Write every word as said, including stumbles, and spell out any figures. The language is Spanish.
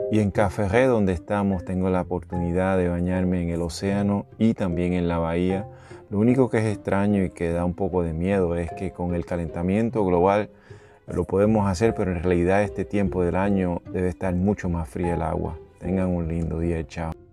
Y en Caferré, donde estamos, tengo la oportunidad de bañarme en el océano y también en la bahía. Lo único que es extraño y que da un poco de miedo es que con el calentamiento global lo podemos hacer, pero en realidad este tiempo del año debe estar mucho más fría el agua. Tengan un lindo día, chao.